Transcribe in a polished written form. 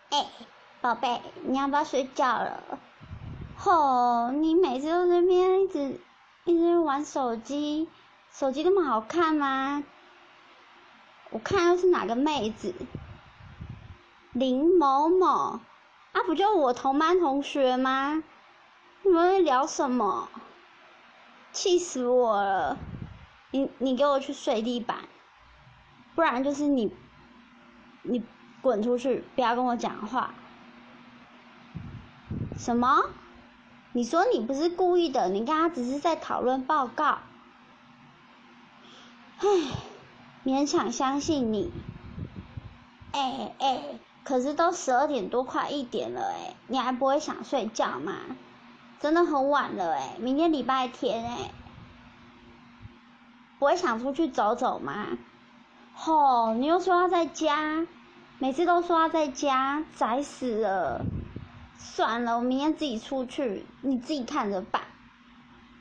宝贝，你要不要睡觉了？你每次都在那边一直玩手机，手机那么好看吗？我看又是哪个妹子？林某某，不就我同班同学吗？你们在聊什么？气死我了！你给我去睡地板，不然就是你滚出去，不要跟我讲话。什么？你说你不是故意的，你刚刚只是在讨论报告。勉强相信你。可是都12点多，快1点了你还不会想睡觉吗？真的很晚了明天礼拜天不会想出去走走吗？你又说要在家，每次都说要在家，宅死了。算了，我明天自己出去，你自己看着办。